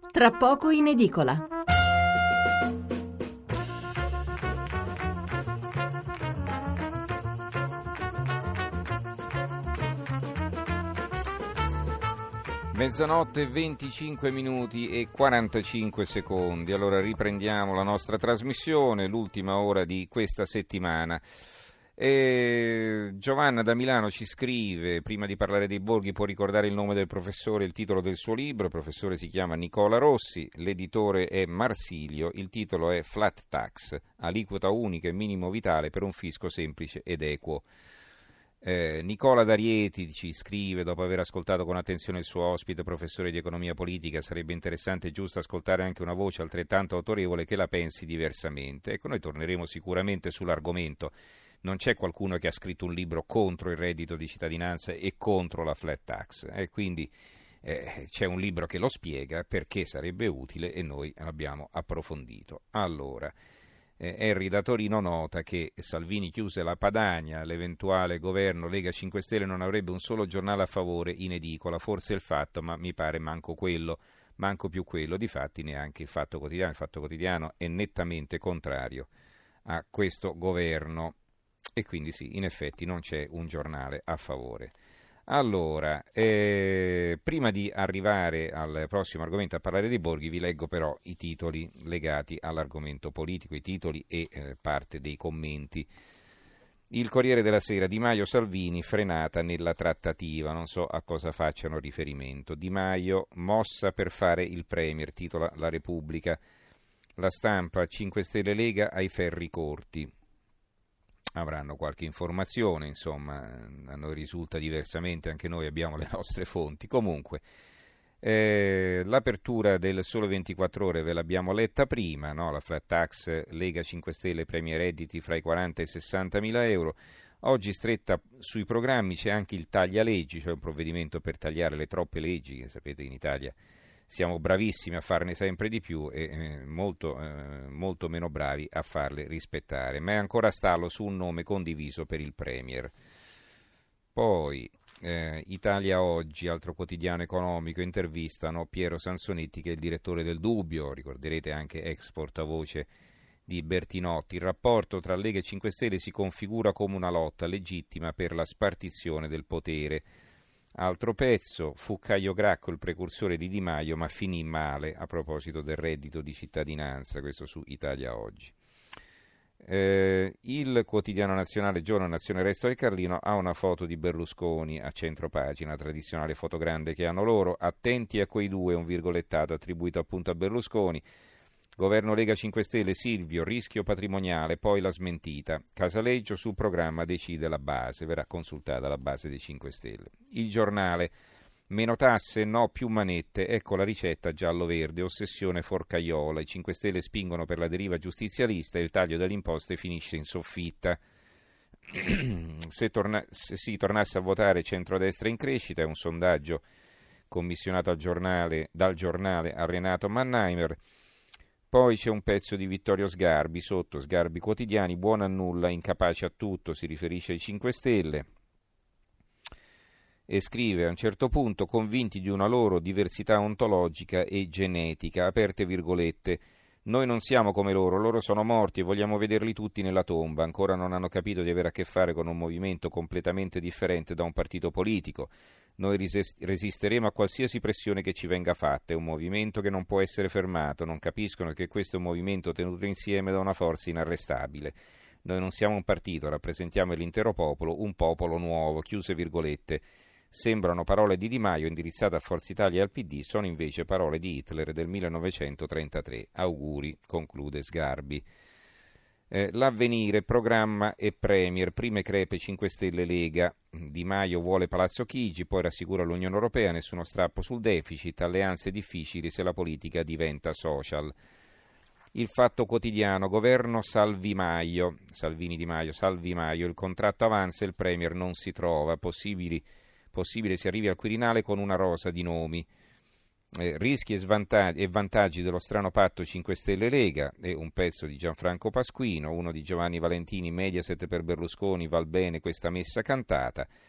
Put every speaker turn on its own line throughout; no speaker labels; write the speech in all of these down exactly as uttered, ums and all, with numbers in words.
tra poco in edicola.
Mezzanotte, venticinque minuti e quarantacinque secondi. Allora riprendiamo la nostra trasmissione, l'ultima ora di questa settimana. E Giovanna da Milano ci scrive: prima di parlare dei borghi può ricordare il nome del professore e il titolo del suo libro. Il professore si chiama Nicola Rossi, l'editore è Marsilio, il titolo è Flat Tax, aliquota unica e minimo vitale per un fisco semplice ed equo. Eh, Nicola D'Arieti ci scrive: dopo aver ascoltato con attenzione il suo ospite, professore di economia politica, sarebbe interessante e giusto ascoltare anche una voce altrettanto autorevole che la pensi diversamente. Ecco, noi torneremo sicuramente sull'argomento. Non c'è qualcuno che ha scritto un libro contro il reddito di cittadinanza e contro la flat tax, e eh, quindi eh, c'è un libro che lo spiega perché sarebbe utile e noi l'abbiamo approfondito. Allora, eh, Henry da Torino nota che Salvini chiuse la Padania, l'eventuale governo Lega cinque Stelle non avrebbe un solo giornale a favore in edicola, forse il Fatto, ma mi pare manco quello, manco più quello, difatti neanche il Fatto Quotidiano. Il Fatto Quotidiano è nettamente contrario a questo governo. E quindi sì, in effetti non c'è un giornale a favore. Allora, eh, prima di arrivare al prossimo argomento, a parlare dei borghi, vi leggo però i titoli legati all'argomento politico, i titoli e eh, parte dei commenti. Il Corriere della Sera: Di Maio Salvini, frenata nella trattativa. Non so a cosa facciano riferimento. Di Maio, mossa per fare il Premier, titola La Repubblica. La Stampa: cinque Stelle Lega ai ferri corti. Avranno qualche informazione, insomma, a noi risulta diversamente, anche noi abbiamo le nostre fonti. Comunque, eh, l'apertura del Sole ventiquattro Ore ve l'abbiamo letta prima, no? La flat tax, Lega cinque Stelle premia redditi fra i quaranta e i sessanta mila euro. Oggi stretta sui programmi c'è anche il taglialeggi, cioè un provvedimento per tagliare le troppe leggi, che sapete in Italia siamo bravissimi a farne sempre di più e eh, molto, eh, molto meno bravi a farle rispettare, ma è ancora stallo su un nome condiviso per il Premier. Poi eh, Italia Oggi, altro quotidiano economico, intervistano Piero Sansonetti, che è il direttore del Dubbio, ricorderete anche ex portavoce di Bertinotti. Il rapporto tra Lega e cinque Stelle si configura come una lotta legittima per la spartizione del potere. Altro pezzo: fu Caio Gracco il precursore di Di Maio, ma finì male, a proposito del reddito di cittadinanza, questo su Italia Oggi. Eh, il quotidiano nazionale Giorno, Nazione, Resto del Carlino ha una foto di Berlusconi a centropagina, tradizionale foto grande che hanno loro. Attenti a quei due, un virgolettato attribuito appunto a Berlusconi. Governo Lega cinque Stelle, Silvio, rischio patrimoniale, poi la smentita. Casaleggio: sul programma decide la base, verrà consultata la base dei cinque Stelle. Il Giornale: meno tasse, no più manette, ecco la ricetta giallo-verde, ossessione Forcaiola, i cinque Stelle spingono per la deriva giustizialista e il taglio delle imposte finisce in soffitta. Se, torna- se si tornasse a votare centrodestra in crescita, è un sondaggio commissionato al giornale, dal giornale a Renato Mannheimer. Poi c'è un pezzo di Vittorio Sgarbi sotto, Sgarbi Quotidiani: buono a nulla, incapace a tutto, si riferisce ai cinque Stelle. E scrive a un certo punto: convinti di una loro diversità ontologica e genetica, aperte virgolette, noi non siamo come loro, loro sono morti e vogliamo vederli tutti nella tomba, ancora non hanno capito di avere a che fare con un movimento completamente differente da un partito politico. Noi resisteremo a qualsiasi pressione che ci venga fatta, è un movimento che non può essere fermato, non capiscono che questo è un movimento tenuto insieme da una forza inarrestabile. Noi non siamo un partito, rappresentiamo l'intero popolo, un popolo nuovo, chiuse virgolette. Sembrano parole di Di Maio indirizzate a Forza Italia e al P D, sono invece parole di Hitler del millenovecentotrentatré. Auguri, conclude Sgarbi. Eh, L'Avvenire, programma e Premier, prime crepe cinque Stelle Lega, Di Maio vuole Palazzo Chigi, poi rassicura l'Unione Europea, nessuno strappo sul deficit, alleanze difficili se la politica diventa social. Il Fatto Quotidiano, governo Salvi Maio, Salvini Di Maio, Salvi Maio, il contratto avanza e il Premier non si trova, possibili, possibile si arrivi al Quirinale con una rosa di nomi. Eh, rischi e, svantaggi, e vantaggi dello strano patto cinque Stelle Lega, e un pezzo di Gianfranco Pasquino, uno di Giovanni Valentini, Mediaset per Berlusconi, val bene questa messa cantata.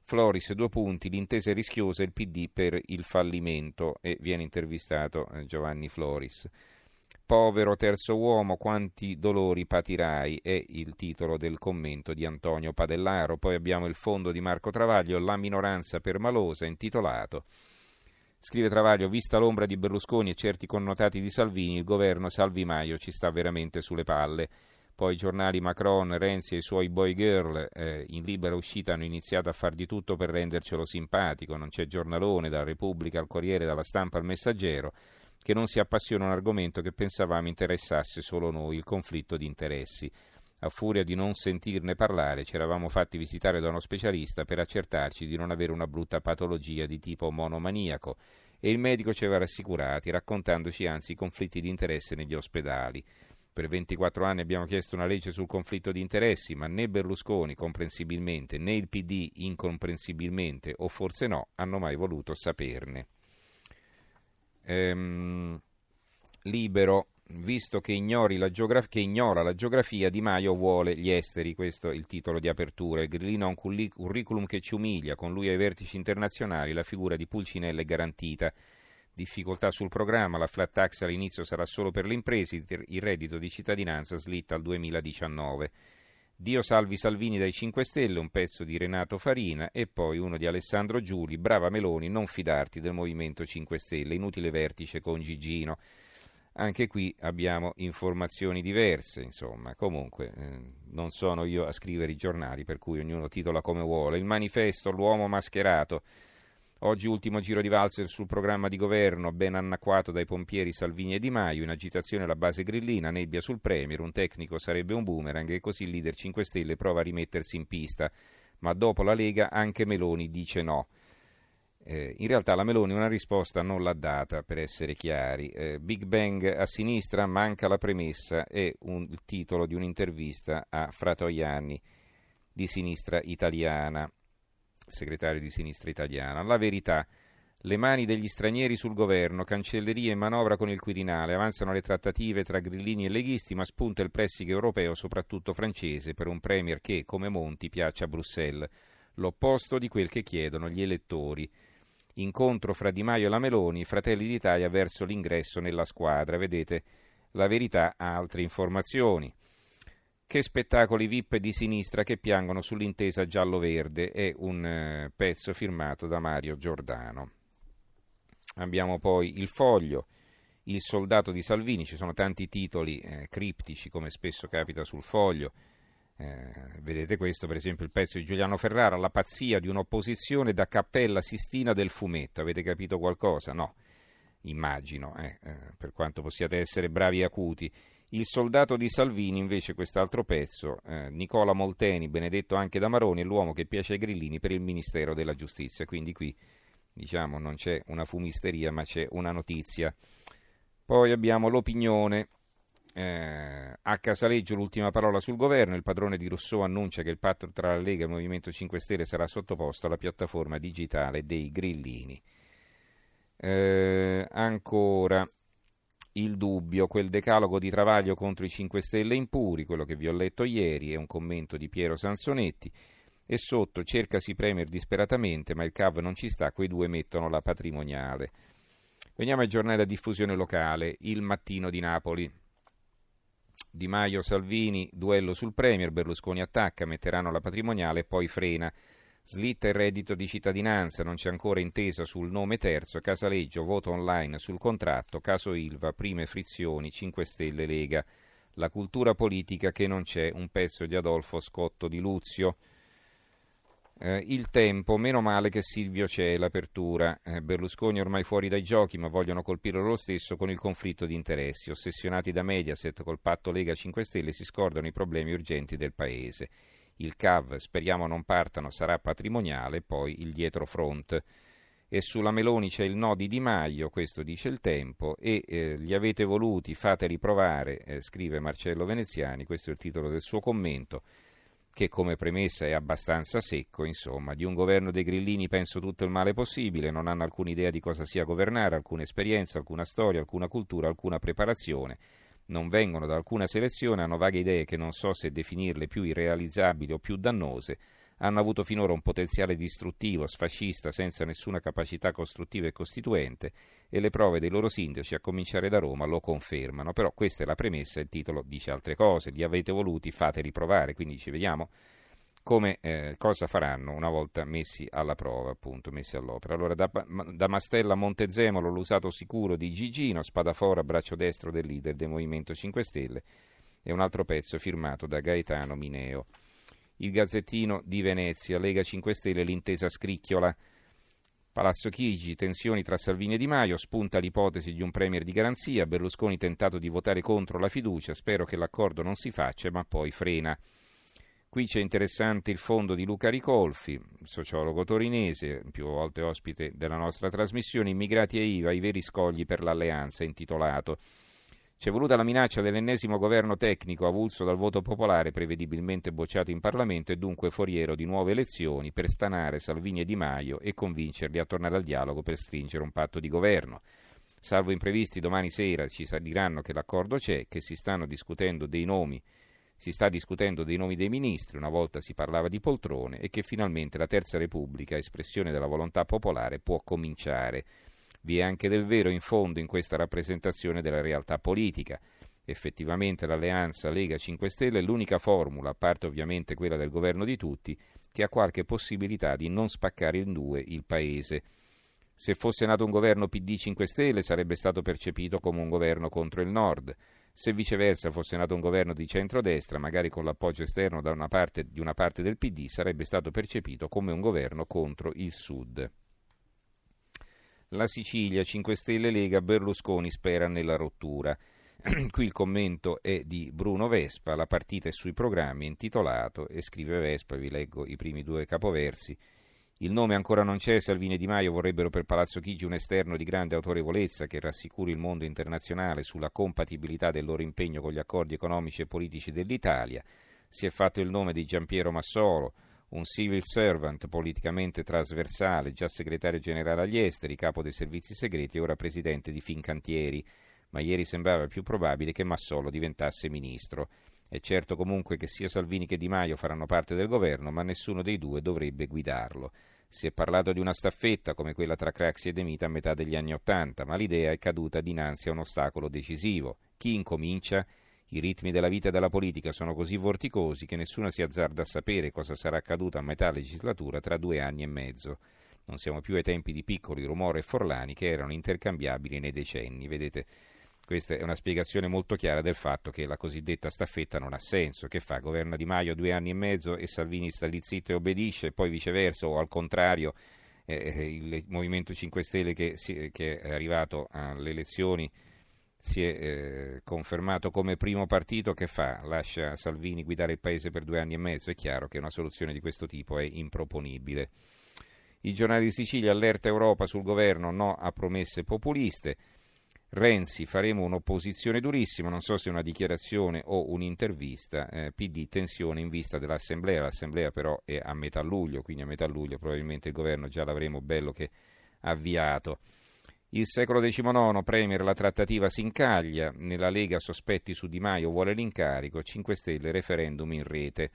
Floris, due punti, l'intesa è rischiosa, il P D per il fallimento, e viene intervistato eh, Giovanni Floris. Povero terzo uomo, quanti dolori patirai, è il titolo del commento di Antonio Padellaro. Poi abbiamo il fondo di Marco Travaglio, la minoranza permalosa, intitolato. Scrive Travaglio, vista l'ombra di Berlusconi e certi connotati di Salvini, il governo Salvi Maio ci sta veramente sulle palle. Poi i giornali Macron, Renzi e i suoi boy girl eh, in libera uscita hanno iniziato a far di tutto per rendercelo simpatico. Non c'è giornalone, dalla Repubblica al Corriere, dalla Stampa al Messaggero, che non si appassiona a un argomento che pensavamo interessasse solo noi, il conflitto di interessi. A furia di non sentirne parlare, ci eravamo fatti visitare da uno specialista per accertarci di non avere una brutta patologia di tipo monomaniaco, e il medico ci aveva rassicurati, raccontandoci anzi i conflitti di interesse negli ospedali. Per ventiquattro anni abbiamo chiesto una legge sul conflitto di interessi, ma né Berlusconi, comprensibilmente, né il P D, incomprensibilmente, o forse no, hanno mai voluto saperne. Ehm, libero, visto che, ignori la geograf- che ignora la geografia, Di Maio vuole gli esteri, questo è il titolo di apertura. Il grillino ha un curriculum che ci umilia, con lui ai vertici internazionali la figura di Pulcinella è garantita. Difficoltà sul programma, la flat tax all'inizio sarà solo per le imprese, il reddito di cittadinanza slitta al duemiladiciannove. Dio salvi Salvini dai cinque Stelle, un pezzo di Renato Farina, e poi uno di Alessandro Giuli, brava Meloni, non fidarti del Movimento cinque Stelle, inutile vertice con Gigino. Anche qui abbiamo informazioni diverse, insomma, comunque eh, non sono io a scrivere i giornali, per cui ognuno titola come vuole. Il manifesto, l'uomo mascherato. Oggi ultimo giro di valzer sul programma di governo, ben annacquato dai pompieri Salvini e Di Maio, in agitazione la base grillina, nebbia sul Premier, un tecnico sarebbe un boomerang e così il leader cinque Stelle prova a rimettersi in pista, ma dopo la Lega anche Meloni dice no. Eh, in realtà la Meloni una risposta non l'ha data, per essere chiari. Eh, Big Bang a sinistra, manca la premessa, è un, il titolo di un'intervista a Fratoianni di Sinistra Italiana, segretario di Sinistra Italiana. La verità, le mani degli stranieri sul governo, cancelleria in manovra con il Quirinale, avanzano le trattative tra grillini e leghisti, ma spunta il pressing europeo, soprattutto francese, per un premier che, come Monti, piace a Bruxelles, l'opposto di quel che chiedono gli elettori. Incontro fra Di Maio e la Meloni, Fratelli d'Italia verso l'ingresso nella squadra. Vedete, la verità ha altre informazioni. Che spettacoli V I P di sinistra che piangono sull'intesa giallo-verde, è un eh, pezzo firmato da Mario Giordano. Abbiamo poi Il Foglio, il soldato di Salvini, ci sono tanti titoli eh, criptici come spesso capita sul Foglio. Eh, vedete questo, per esempio il pezzo di Giuliano Ferrara, la pazzia di un'opposizione da Cappella Sistina del fumetto. Avete capito qualcosa? No, immagino, eh, eh, per quanto possiate essere bravi e acuti. Il soldato di Salvini, invece, quest'altro pezzo, eh, Nicola Molteni, benedetto anche da Maroni, è l'uomo che piace ai grillini per il Ministero della Giustizia. Quindi qui, diciamo, non c'è una fumisteria, ma c'è una notizia. Poi abbiamo l'opinione. Eh, a Casaleggio l'ultima parola sul governo, il padrone di Rousseau annuncia che il patto tra la Lega e il Movimento cinque Stelle sarà sottoposto alla piattaforma digitale dei grillini. Eh, ancora... Il Dubbio, quel decalogo di Travaglio contro i cinque Stelle impuri, quello che vi ho letto ieri, è un commento di Piero Sansonetti, e sotto cercasi Premier disperatamente, ma il C A V non ci sta, quei due mettono la patrimoniale. Veniamo ai giornali a diffusione locale, Il Mattino di Napoli. Di Maio Salvini, duello sul Premier, Berlusconi attacca, metteranno la patrimoniale e poi frena. Slitta il reddito di cittadinanza, non c'è ancora intesa sul nome terzo, Casaleggio, voto online sul contratto, caso Ilva, prime frizioni, cinque Stelle Lega. La cultura politica che non c'è, un pezzo di Adolfo Scotto di Luzio. Eh, il Tempo, meno male che Silvio c'è, l'apertura. Eh, Berlusconi ormai fuori dai giochi, ma vogliono colpirlo lo stesso con il conflitto di interessi. Ossessionati da Mediaset col patto Lega cinque Stelle si scordano i problemi urgenti del paese. Il C A V, speriamo non partano, sarà patrimoniale, poi il dietrofront. E sulla Meloni c'è il no di Di Maio, questo dice il Tempo, e eh, li avete voluti, fateli provare, eh, scrive Marcello Veneziani, questo è il titolo del suo commento, che come premessa è abbastanza secco, insomma. Di un governo dei grillini penso tutto il male possibile, non hanno alcuna idea di cosa sia governare, alcuna esperienza, alcuna storia, alcuna cultura, alcuna preparazione. Non vengono da alcuna selezione, hanno vaghe idee che non so se definirle più irrealizzabili o più dannose, hanno avuto finora un potenziale distruttivo, sfascista, senza nessuna capacità costruttiva e costituente, e le prove dei loro sindaci, a cominciare da Roma, lo confermano. Però questa è la premessa, il titolo dice altre cose, li avete voluti, fateli provare, quindi ci vediamo come eh, cosa faranno una volta messi alla prova, appunto, messi all'opera. Allora, da, da Mastella a Montezemolo, l'usato sicuro di Gigino, Spadafora, braccio destro del leader del Movimento cinque Stelle, e un altro pezzo firmato da Gaetano Mineo. Il Gazzettino di Venezia, Lega cinque Stelle, l'intesa scricchiola. Palazzo Chigi, tensioni tra Salvini e Di Maio, spunta l'ipotesi di un premier di garanzia, Berlusconi tentato di votare contro la fiducia, spero che l'accordo non si faccia, ma poi frena. Qui c'è interessante il fondo di Luca Ricolfi, sociologo torinese, più volte ospite della nostra trasmissione, Immigrati e I V A, i veri scogli per l'alleanza, intitolato. C'è voluta la minaccia dell'ennesimo governo tecnico avulso dal voto popolare, prevedibilmente bocciato in Parlamento e dunque foriero di nuove elezioni, per stanare Salvini e Di Maio e convincerli a tornare al dialogo per stringere un patto di governo. Salvo imprevisti, domani sera ci diranno che l'accordo c'è, che si stanno discutendo dei nomi Si sta discutendo dei nomi dei ministri, una volta si parlava di poltrone, e che finalmente la Terza Repubblica, espressione della volontà popolare, può cominciare. Vi è anche del vero in fondo in questa rappresentazione della realtà politica. Effettivamente l'alleanza Lega cinque Stelle è l'unica formula, a parte ovviamente quella del governo di tutti, che ha qualche possibilità di non spaccare in due il paese. Se fosse nato un governo P D cinque Stelle sarebbe stato percepito come un governo contro il Nord. Se viceversa fosse nato un governo di centrodestra, magari con l'appoggio esterno da una parte, di una parte del P D, sarebbe stato percepito come un governo contro il Sud. La Sicilia, cinque Stelle Lega, Berlusconi spera nella rottura. Qui il commento è di Bruno Vespa, la partita è sui programmi, intitolato, e scrive Vespa, vi leggo i primi due capoversi. Il nome ancora non c'è, Salvini e Di Maio vorrebbero per Palazzo Chigi un esterno di grande autorevolezza che rassicuri il mondo internazionale sulla compatibilità del loro impegno con gli accordi economici e politici dell'Italia. Si è fatto il nome di Giampiero Massolo, un civil servant politicamente trasversale, già segretario generale agli esteri, capo dei servizi segreti e ora presidente di Fincantieri, ma ieri sembrava più probabile che Massolo diventasse ministro. È certo comunque che sia Salvini che Di Maio faranno parte del governo, ma nessuno dei due dovrebbe guidarlo. Si è parlato di una staffetta come quella tra Craxi e De Mita a metà degli anni Ottanta, ma l'idea è caduta dinanzi a un ostacolo decisivo. Chi incomincia? I ritmi della vita e della politica sono così vorticosi che nessuno si azzarda a sapere cosa sarà accaduto a metà legislatura tra due anni e mezzo. Non siamo più ai tempi di Piccoli, Romore e Forlani che erano intercambiabili nei decenni. Vedete, questa è una spiegazione molto chiara del fatto che la cosiddetta staffetta non ha senso. Che fa? Governa Di Maio due anni e mezzo e Salvini sta lì zitto e obbedisce, poi viceversa o al contrario eh, il Movimento cinque Stelle che, si, che è arrivato alle elezioni si è eh, confermato come primo partito, che fa? Lascia Salvini guidare il paese per due anni e mezzo? È chiaro che una soluzione di questo tipo è improponibile. Il Giornale di Sicilia allerta Europa sul governo, no a promesse populiste. Renzi, faremo un'opposizione durissima, non so se una dichiarazione o un'intervista, eh, P D tensione in vista dell'assemblea, l'assemblea però è a metà luglio, quindi a metà luglio probabilmente il governo già l'avremo bello che avviato. Il Secolo diciannove, Premier, la trattativa si incaglia, nella Lega sospetti su Di Maio, vuole l'incarico, cinque Stelle, referendum in rete.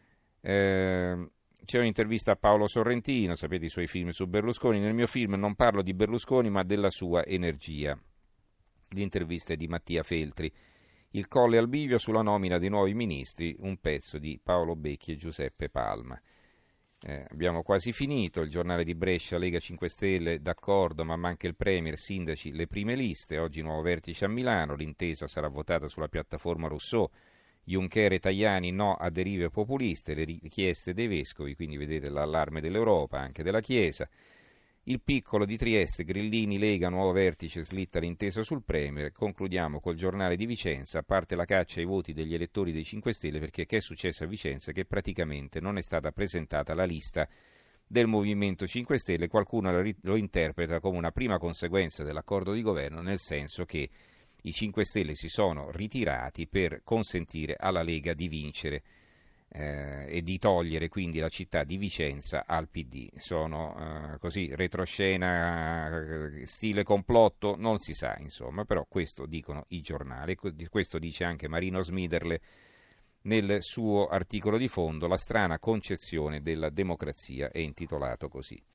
Eh, c'è un'intervista a Paolo Sorrentino, sapete i suoi film su Berlusconi, nel mio film non parlo di Berlusconi ma della sua energia. L'intervista è di Mattia Feltri. Il Colle al bivio sulla nomina dei nuovi ministri, un pezzo di Paolo Becchi e Giuseppe Palma. Eh, abbiamo quasi finito. Il Giornale di Brescia, Lega cinque Stelle d'accordo ma manca il Premier, sindaci le prime liste, oggi nuovo vertice a Milano, l'intesa sarà votata sulla piattaforma Rousseau, Juncker e Tajani no a derive populiste, le richieste dei vescovi, quindi vedete l'allarme dell'Europa, anche della Chiesa. Il Piccolo di Trieste, Grillini, Lega, nuovo vertice, slitta l'intesa sul Premier. Concludiamo col Giornale di Vicenza, a parte la caccia ai voti degli elettori dei cinque Stelle, perché che è successo a Vicenza? Che praticamente non è stata presentata la lista del Movimento cinque Stelle, qualcuno lo interpreta come una prima conseguenza dell'accordo di governo, nel senso che i cinque Stelle si sono ritirati per consentire alla Lega di vincere Eh, e di togliere quindi la città di Vicenza al P D. Sono eh, così retroscena, eh, stile complotto, non si sa insomma, però questo dicono i giornali, questo dice anche Marino Smiderle nel suo articolo di fondo La strana concezione della democrazia, è intitolato così.